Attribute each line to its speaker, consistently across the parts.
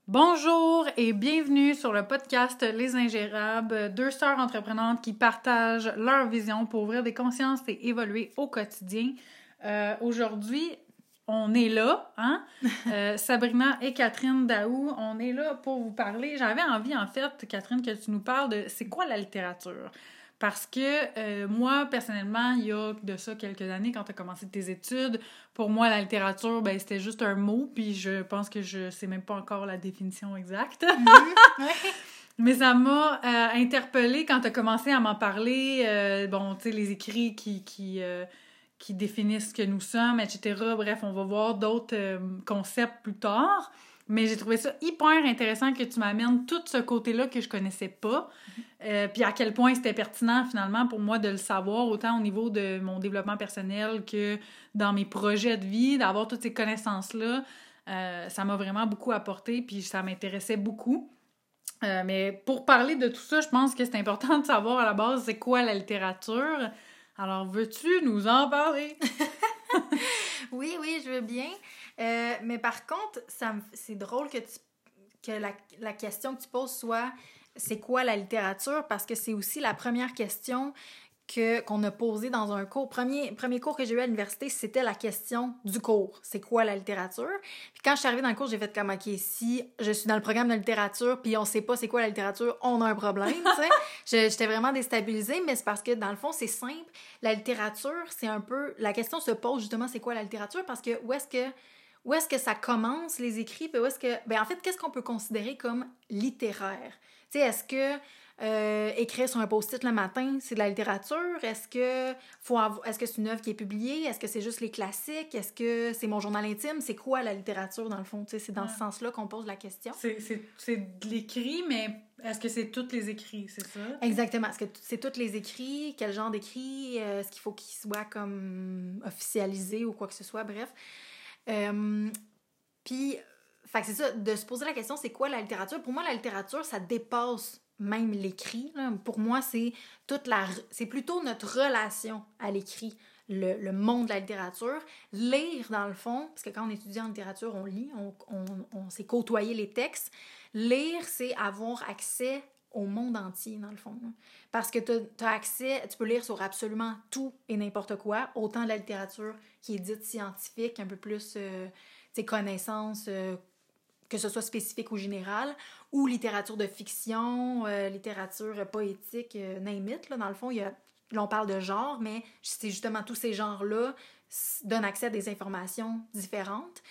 Speaker 1: Bonjour et bienvenue sur le podcast Les Ingérables, deux sœurs entreprenantes qui partagent leur vision pour ouvrir des consciences et évoluer au quotidien. Aujourd'hui, on est là, hein? Sabrina et Catherine Daou, on est là pour vous parler. J'avais envie, en fait, Catherine, que tu nous parles de c'est quoi la littérature? Parce que moi, personnellement, il y a de ça quelques années, quand tu as commencé tes études, pour moi, la littérature, ben, c'était juste un mot, puis je pense que je sais même pas encore la définition exacte. Mais ça m'a interpellée quand tu as commencé à m'en parler. Bon, tu sais, les écrits qui définissent ce que nous sommes, etc. Bref, on va voir d'autres concepts plus tard. Mais j'ai trouvé ça hyper intéressant que tu m'amènes tout ce côté-là que je connaissais pas. Puis à quel point c'était pertinent, finalement, pour moi de le savoir, autant au niveau de mon développement personnel que dans mes projets de vie, d'avoir toutes ces connaissances-là. Ça m'a vraiment beaucoup apporté, puis ça m'intéressait beaucoup. Mais pour parler de tout ça, je pense que c'est important de savoir à la base c'est quoi la littérature. Alors, veux-tu nous en parler?
Speaker 2: Oui, je veux bien. Mais par contre, c'est drôle que la question que tu poses soit « c'est quoi la littérature? » Parce que c'est aussi la première question qu'on a posée dans un cours. Premier cours que j'ai eu à l'université, c'était la question du cours. C'est quoi la littérature? Puis quand je suis arrivée dans le cours, j'ai fait comme « OK, si je suis dans le programme de littérature puis on sait pas c'est quoi la littérature, on a un problème. » tu sais. J'étais vraiment déstabilisée, mais c'est parce que dans le fond, c'est simple. La littérature, c'est un peu... La question se pose justement, c'est quoi la littérature? Parce que où est-ce que ça commence, les écrits? Puis où est-ce que... Ben, en fait, qu'est-ce qu'on peut considérer comme littéraire? Tu sais, est-ce que écrire sur un post-it le matin, c'est de la littérature? Est-ce que c'est une œuvre qui est publiée? Est-ce que c'est juste les classiques? Est-ce que c'est mon journal intime? C'est quoi la littérature, dans le fond? Tu sais, c'est dans ce sens-là qu'on pose la question.
Speaker 1: C'est de l'écrit, mais est-ce que c'est tous les écrits, c'est ça?
Speaker 2: Exactement. Est-ce que c'est tous les écrits? Quel genre d'écrits? Est-ce qu'il faut qu'ils soient comme officialisés ou quoi que ce soit? Bref. Puis, fait que c'est ça, de se poser la question, c'est quoi la littérature? Pour moi, la littérature, ça dépasse même l'écrit. Là. Pour moi, c'est plutôt notre relation à l'écrit, le monde de la littérature. Lire, dans le fond, parce que quand on étudie en littérature, on lit, on sait côtoyer les textes. Lire, c'est avoir accès au monde entier, dans le fond. Là. Parce que t'as accès, tu peux lire sur absolument tout et n'importe quoi, autant de la littérature qui est dite scientifique, un peu plus connaissances, que ce soit spécifique ou générale, ou littérature de fiction, littérature poétique, name it, là, dans le fond, là, on parle de genre, mais c'est justement tous ces genres-là donnent accès à des informations différentes.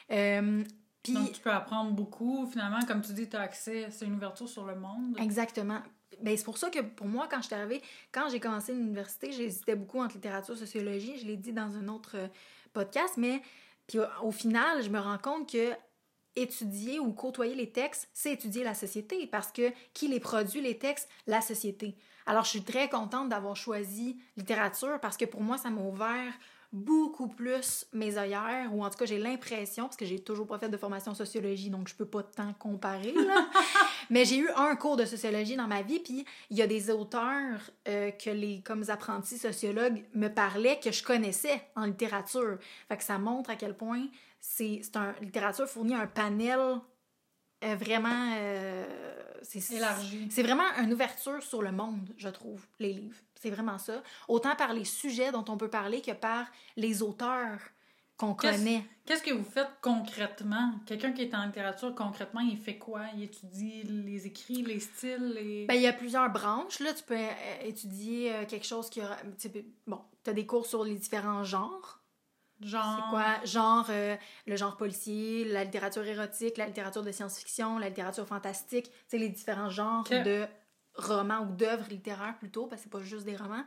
Speaker 2: Puis,
Speaker 1: donc, tu peux apprendre beaucoup. Finalement, comme tu dis, tu as accès, c'est une ouverture sur le monde.
Speaker 2: Exactement. Ben, c'est pour ça que pour moi, quand j'ai commencé l'université, j'hésitais beaucoup entre littérature et sociologie. Je l'ai dit dans un autre podcast, mais puis au final, je me rends compte que étudier ou côtoyer les textes, c'est étudier la société parce que qui les produit, les textes? La société. Alors, je suis très contente d'avoir choisi littérature parce que pour moi, ça m'a ouvert beaucoup plus mes œillères, ou en tout cas, j'ai l'impression, parce que j'ai toujours pas fait de formation en sociologie, donc je peux pas tant comparer, là. Mais j'ai eu un cours de sociologie dans ma vie, puis il y a des auteurs comme apprentis sociologues me parlaient que je connaissais en littérature. Fait que ça montre à quel point littérature fournit un panel vraiment... c'est
Speaker 1: élargi.
Speaker 2: C'est vraiment une ouverture sur le monde, je trouve, les livres. C'est vraiment ça. Autant par les sujets dont on peut parler que par les auteurs qu'on connaît.
Speaker 1: Qu'est-ce que vous faites concrètement? Quelqu'un qui est en littérature, concrètement, il fait quoi? Il étudie les écrits, les styles?
Speaker 2: Ben, il y a plusieurs branches. Là, tu peux étudier quelque chose qui aura... Bon, tu as des cours sur les différents genres.
Speaker 1: Genre...
Speaker 2: C'est quoi? Genre, le genre policier, la littérature érotique, la littérature de science-fiction, la littérature fantastique, tu sais, les différents genres de romans ou d'œuvres littéraires plutôt, parce que c'est pas juste des romans.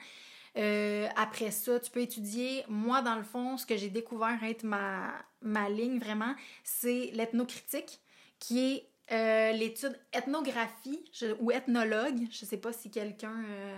Speaker 2: Après ça, tu peux étudier... Moi, dans le fond, ce que j'ai découvert être ma ligne, vraiment, c'est l'ethnocritique, qui est l'étude ethnographie ou ethnologue. Je sais pas si quelqu'un...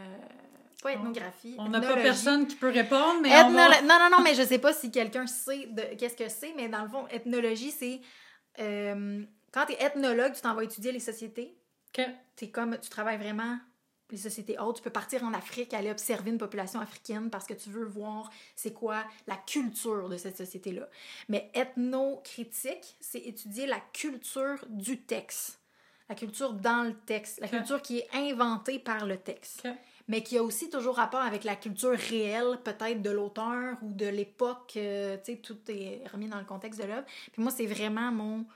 Speaker 2: pas ethnographie.
Speaker 1: On n'a pas personne qui peut répondre, mais
Speaker 2: Non, mais je sais pas si quelqu'un sait qu'est-ce que c'est, mais dans le fond, ethnologie, c'est... quand t'es ethnologue, tu t'en vas étudier les sociétés.
Speaker 1: Okay.
Speaker 2: Tu travailles vraiment les sociétés hautes. Tu peux partir en Afrique, aller observer une population africaine parce que tu veux voir c'est quoi la culture de cette société-là. Mais ethnocritique, c'est étudier la culture du texte. La culture dans le texte. La culture qui est inventée par le texte. Mais qui a aussi toujours rapport avec la culture réelle, peut-être de l'auteur ou de l'époque. Tu sais, tout est remis dans le contexte de l'œuvre. Puis moi, c'est vraiment mon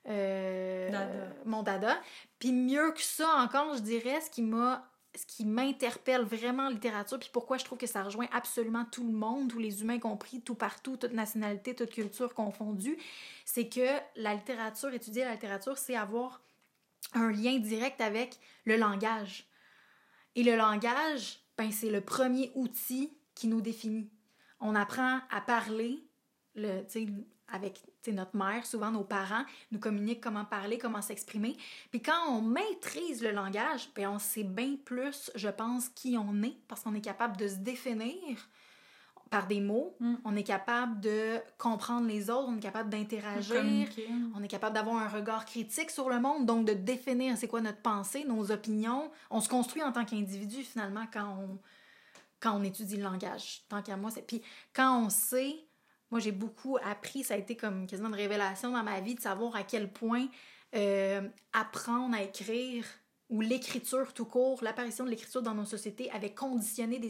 Speaker 2: dada. Puis mieux que ça encore, je dirais, ce qui m'interpelle vraiment en littérature, puis pourquoi je trouve que ça rejoint absolument tout le monde, tous les humains compris, tout partout, toute nationalité, toute culture confondue, c'est que étudier la littérature, c'est avoir un lien direct avec le langage. Et le langage, ben, c'est le premier outil qui nous définit. On apprend à parler, avec notre mère, souvent nos parents nous communiquent comment parler, comment s'exprimer. Puis quand on maîtrise le langage, ben, on sait bien plus, je pense, qui on est, parce qu'on est capable de se définir par des mots, on est capable de comprendre les autres, on est capable d'interagir, on est capable d'avoir un regard critique sur le monde, donc de définir c'est quoi notre pensée, nos opinions. On se construit en tant qu'individu, finalement, quand on étudie le langage. Tant qu'à moi, puis quand on sait, moi j'ai beaucoup appris, ça a été comme quasiment une révélation dans ma vie, de savoir à quel point apprendre à écrire, ou l'écriture tout court, l'apparition de l'écriture dans nos sociétés avait conditionné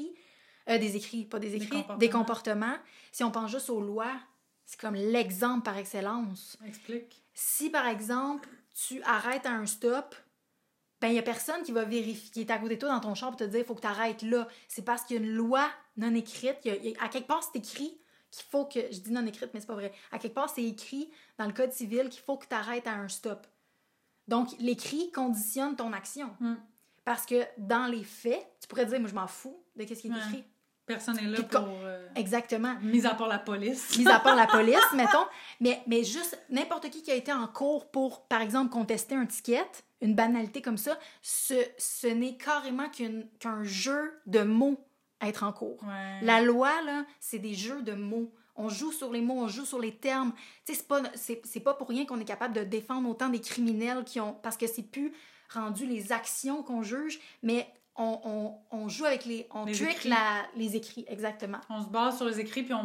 Speaker 2: des comportements. Si on pense juste aux lois, c'est comme l'exemple par excellence.
Speaker 1: Explique.
Speaker 2: Si, par exemple, tu arrêtes à un stop, ben il n'y a personne qui va vérifier, qui est à côté de toi dans ton char pour te dire « il faut que tu arrêtes là ». C'est parce qu'il y a une loi non écrite. À quelque part, c'est écrit qu'il faut que... Je dis non écrite, mais c'est pas vrai. À quelque part, c'est écrit dans le Code civil qu'il faut que tu arrêtes à un stop. Donc, l'écrit conditionne ton action. Parce que dans les faits, tu pourrais te dire « moi, je m'en fous de ce qui est écrit ».
Speaker 1: Personne n'est là pour...
Speaker 2: Exactement.
Speaker 1: Mis à part la police.
Speaker 2: Mis à part la police, mettons. Mais juste n'importe qui a été en cours pour, par exemple, contester un ticket, une banalité comme ça, ce n'est carrément qu'un jeu de mots à être en cours.
Speaker 1: Ouais.
Speaker 2: La loi, là, c'est des jeux de mots. On joue sur les mots, on joue sur les termes. Tu sais, c'est pas pour rien qu'on est capable de défendre autant des criminels parce que c'est plus rendu les actions qu'on juge, mais... On joue avec on trick les écrits, exactement.
Speaker 1: On se base sur les écrits, puis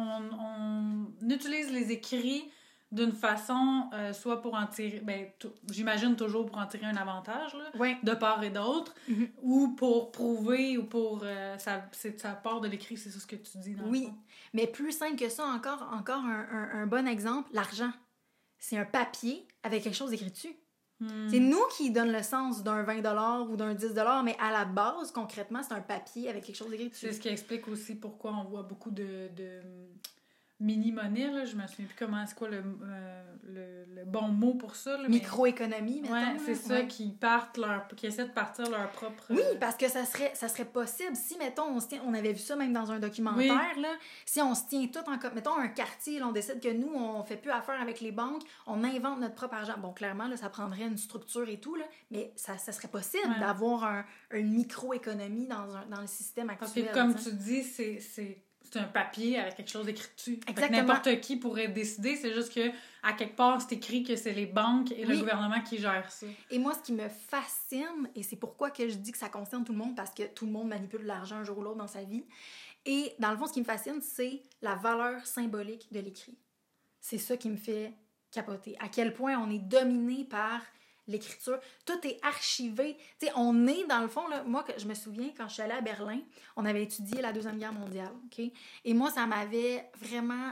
Speaker 1: on utilise les écrits d'une façon, soit pour en tirer, j'imagine toujours pour en tirer un avantage, là, de part et d'autre, ou pour prouver, ou pour... ça part de l'écrit, c'est ça ce que tu dis dans le fond.
Speaker 2: Mais plus simple que ça, encore un bon exemple, l'argent. C'est un papier avec quelque chose écrit dessus. C'est nous qui donne le sens d'un 20$ ou d'un 10$, mais à la base, concrètement, c'est un papier avec quelque chose d'écrit dessus.
Speaker 1: C'est ce qui explique aussi pourquoi on voit beaucoup de mini-monnaie, là. Je me souviens plus c'est quoi le bon mot pour ça. Là,
Speaker 2: microéconomie, mettons.
Speaker 1: Ouais, c'est ça, qui essaient de partir leur propre...
Speaker 2: Oui, parce que ça serait possible si, mettons, on avait vu ça même dans un documentaire, là, si on se tient tout mettons un quartier, là, on décide que nous, on fait plus affaire avec les banques, on invente notre propre argent. Bon, clairement, là, ça prendrait une structure et tout, là, mais ça serait possible d'avoir une microéconomie dans le système actuel.
Speaker 1: Parce que, comme tu dis, c'est un papier avec quelque chose d'écrit dessus.
Speaker 2: Exactement.
Speaker 1: N'importe qui pourrait décider, c'est juste que à quelque part, c'est écrit que c'est les banques et le gouvernement qui gèrent ça.
Speaker 2: Et moi, ce qui me fascine, et c'est pourquoi que je dis que ça concerne tout le monde, parce que tout le monde manipule de l'argent un jour ou l'autre dans sa vie, et dans le fond, ce qui me fascine, c'est la valeur symbolique de l'écrit. C'est ça qui me fait capoter. À quel point on est dominé par l'écriture. Tout est archivé. Tu sais, on est, dans le fond, là, moi, je me souviens, quand je suis allée à Berlin, on avait étudié la Deuxième Guerre mondiale, OK? Et moi, ça m'avait vraiment...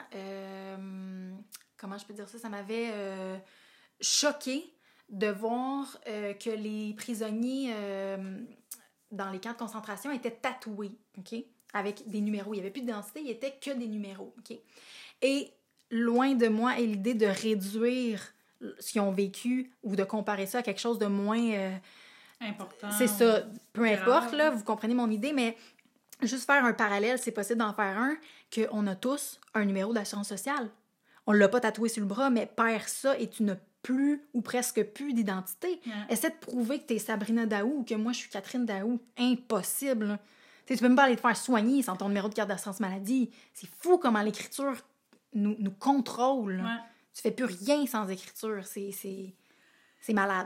Speaker 2: comment je peux dire ça? Ça m'avait choquée de voir que les prisonniers dans les camps de concentration étaient tatoués, OK? Avec des numéros. Il n'y avait plus d'identité, il n'y était que des numéros, OK? Et loin de moi est l'idée de réduire ce qu'ils ont vécu ou de comparer ça à quelque chose de moins...
Speaker 1: important.
Speaker 2: C'est ça. Peu importe, là, vous comprenez mon idée, mais juste faire un parallèle, c'est possible d'en faire un, qu'on a tous un numéro d'assurance sociale. On ne l'a pas tatoué sur le bras, mais perds ça et tu n'as plus ou presque plus d'identité. Yeah. Essaie de prouver que tu es Sabrina Daou ou que moi, je suis Catherine Daou. Impossible. Tu peux même pas aller te faire soigner sans ton numéro de carte d'assurance maladie. C'est fou comment l'écriture nous contrôle.
Speaker 1: Ouais.
Speaker 2: Tu fais plus rien sans écriture. C'est malade.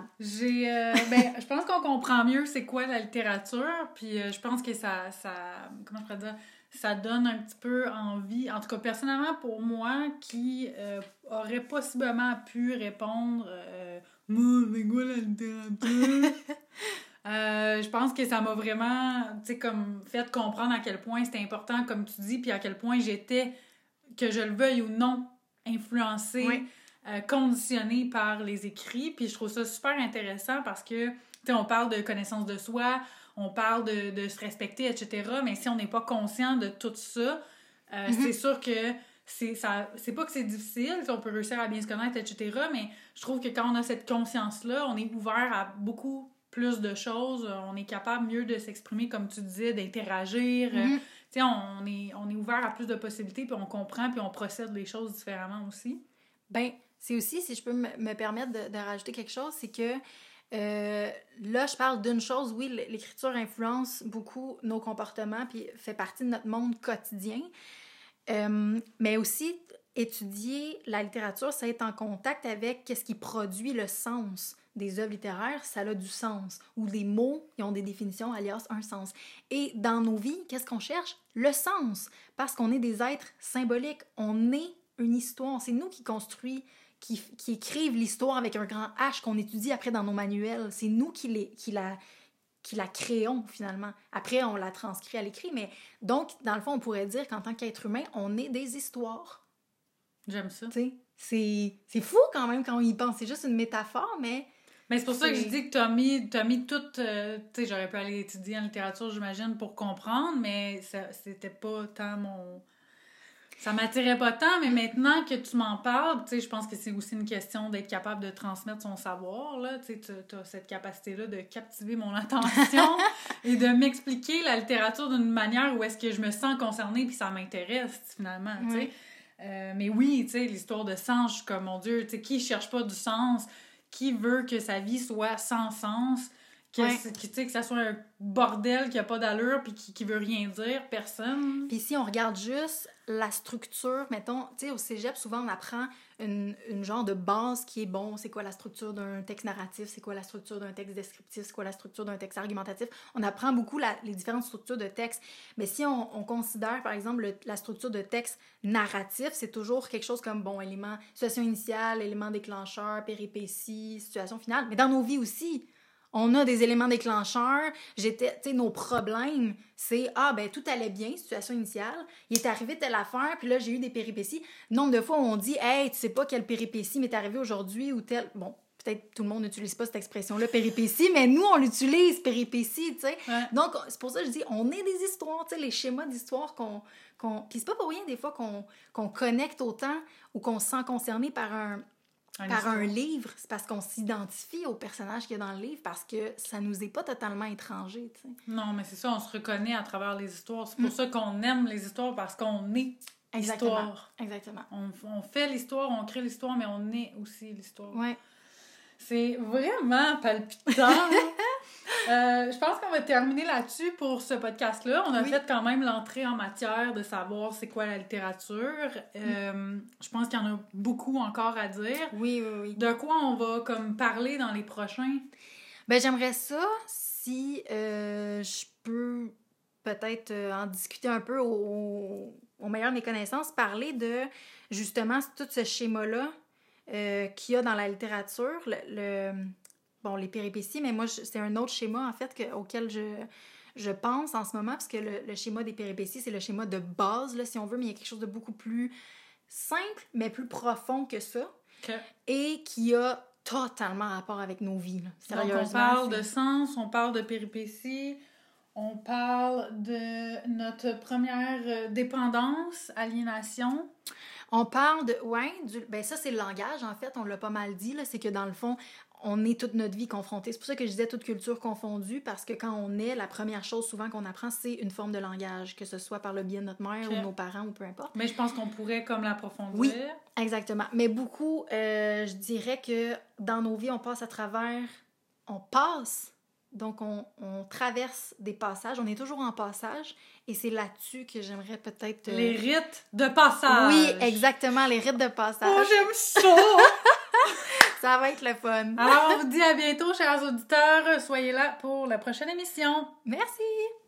Speaker 1: Je pense qu'on comprend mieux c'est quoi la littérature, puis je pense que ça comment je pourrais dire, ça donne un petit peu envie, en tout cas personnellement pour moi, qui aurait possiblement pu répondre « Moi, c'est quoi la littérature? » Je pense que ça m'a vraiment, tu sais, comme fait comprendre à quel point c'était important, comme tu dis, puis à quel point j'étais, que je le veuille ou non, influencée,
Speaker 2: oui.
Speaker 1: Conditionnée par les écrits. Puis je trouve ça super intéressant parce que, tu sais, on parle de connaissance de soi, on parle de se respecter, etc. Mais si on n'est pas conscient de tout ça, c'est sûr que c'est pas que c'est difficile, on peut réussir à bien se connaître, etc. Mais je trouve que quand on a cette conscience-là, on est ouvert à beaucoup plus de choses, on est capable mieux de s'exprimer, comme tu disais, d'interagir. Tu sais, on est ouvert à plus de possibilités, puis on comprend, puis on procède les choses différemment aussi.
Speaker 2: Ben, c'est aussi, si je peux me permettre de rajouter quelque chose, c'est que là, je parle d'une chose, oui, l'écriture influence beaucoup nos comportements, puis fait partie de notre monde quotidien, mais aussi, étudier la littérature, c'est être en contact avec qu'est-ce qui produit le sens des œuvres littéraires, ça a du sens. Ou les mots, ils ont des définitions, alias un sens. Et dans nos vies, qu'est-ce qu'on cherche? Le sens. Parce qu'on est des êtres symboliques. On est une histoire. C'est nous qui construisons, qui écrivent l'histoire avec un grand H qu'on étudie après dans nos manuels. C'est nous qui la créons, finalement. Après, on la transcrit à l'écrit. Mais donc, dans le fond, on pourrait dire qu'en tant qu'être humain, on est des histoires.
Speaker 1: J'aime ça.
Speaker 2: C'est fou quand même quand on y pense. C'est juste une métaphore, mais...
Speaker 1: Mais c'est pour ça que je dis que t'as mis tout... tu sais, j'aurais pu aller étudier en littérature, j'imagine, pour comprendre, mais c'était pas tant mon... Ça m'attirait pas tant, mais maintenant que tu m'en parles, tu sais, je pense que c'est aussi une question d'être capable de transmettre son savoir, là. Tu sais, t'as cette capacité-là de captiver mon attention et de m'expliquer la littérature d'une manière où est-ce que je me sens concernée puis ça m'intéresse, finalement, tu sais. Mais oui, tu sais, l'histoire de sens, je suis comme, mon Dieu, tu sais, qui cherche pas du sens? Qui veut que sa vie soit sans sens, que ça soit un bordel qui a pas d'allure puis qui veut rien dire, personne.
Speaker 2: Puis si on regarde juste la structure, mettons, tu sais, au cégep, souvent on apprend une genre de base qui est bon, c'est quoi la structure d'un texte narratif, c'est quoi la structure d'un texte descriptif, c'est quoi la structure d'un texte argumentatif. On apprend beaucoup les différentes structures de texte. Mais si on considère, par exemple, la structure de texte narratif, c'est toujours quelque chose comme, bon, élément, situation initiale, élément déclencheur, péripétie, situation finale. Mais dans nos vies aussi, on a des éléments déclencheurs. Tu sais, nos problèmes, c'est tout allait bien, situation initiale. Il est arrivé telle affaire, puis là, j'ai eu des péripéties. Nombre de fois où on dit, hey, tu sais pas quelle péripétie m'est arrivée aujourd'hui ou telle. Bon, peut-être tout le monde n'utilise pas cette expression-là, péripétie, mais nous, on l'utilise, péripétie, tu sais. Ouais. Donc, c'est pour ça que je dis, on est des histoires, tu sais, les schémas d'histoire qu'on... Puis c'est pas pour rien, des fois, qu'on connecte autant ou qu'on se sent concerné par un livre, c'est parce qu'on s'identifie au personnage qu'il y a dans le livre, parce que ça nous est pas totalement étranger, tu sais.
Speaker 1: Non, mais c'est ça, on se reconnaît à travers les histoires. C'est pour ça qu'on aime les histoires, parce qu'on est l'histoire.
Speaker 2: Exactement.
Speaker 1: On fait l'histoire, on crée l'histoire, mais on est aussi l'histoire.
Speaker 2: Ouais.
Speaker 1: C'est vraiment palpitant. Je pense qu'on va terminer là-dessus pour ce podcast-là. On a fait quand même l'entrée en matière de savoir c'est quoi la littérature. Je pense qu'il y en a beaucoup encore à dire.
Speaker 2: Oui.
Speaker 1: De quoi on va comme parler dans les prochains?
Speaker 2: Ben, j'aimerais ça si je peux peut-être en discuter un peu au meilleur de mes connaissances, parler de justement tout ce schéma-là qu'il y a dans la littérature, les péripéties, mais moi, c'est un autre schéma, en fait, auquel je pense en ce moment, parce que le schéma des péripéties, c'est le schéma de base, là, si on veut, mais il y a quelque chose de beaucoup plus simple, mais plus profond que ça, et qui a totalement rapport avec nos vies. Là.
Speaker 1: Donc, on parle de sens, on parle de péripéties, on parle de notre première dépendance, aliénation.
Speaker 2: On parle de... ça, c'est le langage, en fait, on l'a pas mal dit, là, c'est que dans le fond, on est toute notre vie confrontés. C'est pour ça que je disais toute culture confondue, parce que quand on est, la première chose souvent qu'on apprend, c'est une forme de langage, que ce soit par le biais de notre mère ou nos parents ou peu importe.
Speaker 1: Mais je pense qu'on pourrait comme l'approfondir.
Speaker 2: Oui, exactement. Mais beaucoup, je dirais que dans nos vies, on passe, donc on traverse des passages, on est toujours en passage, et c'est là-dessus que j'aimerais peut-être...
Speaker 1: Les rites de passage!
Speaker 2: Oui, exactement, les rites de passage.
Speaker 1: Oh, j'aime ça!
Speaker 2: Ça va être le fun.
Speaker 1: Alors, on vous dit à bientôt, chers auditeurs. Soyez là pour la prochaine émission.
Speaker 2: Merci!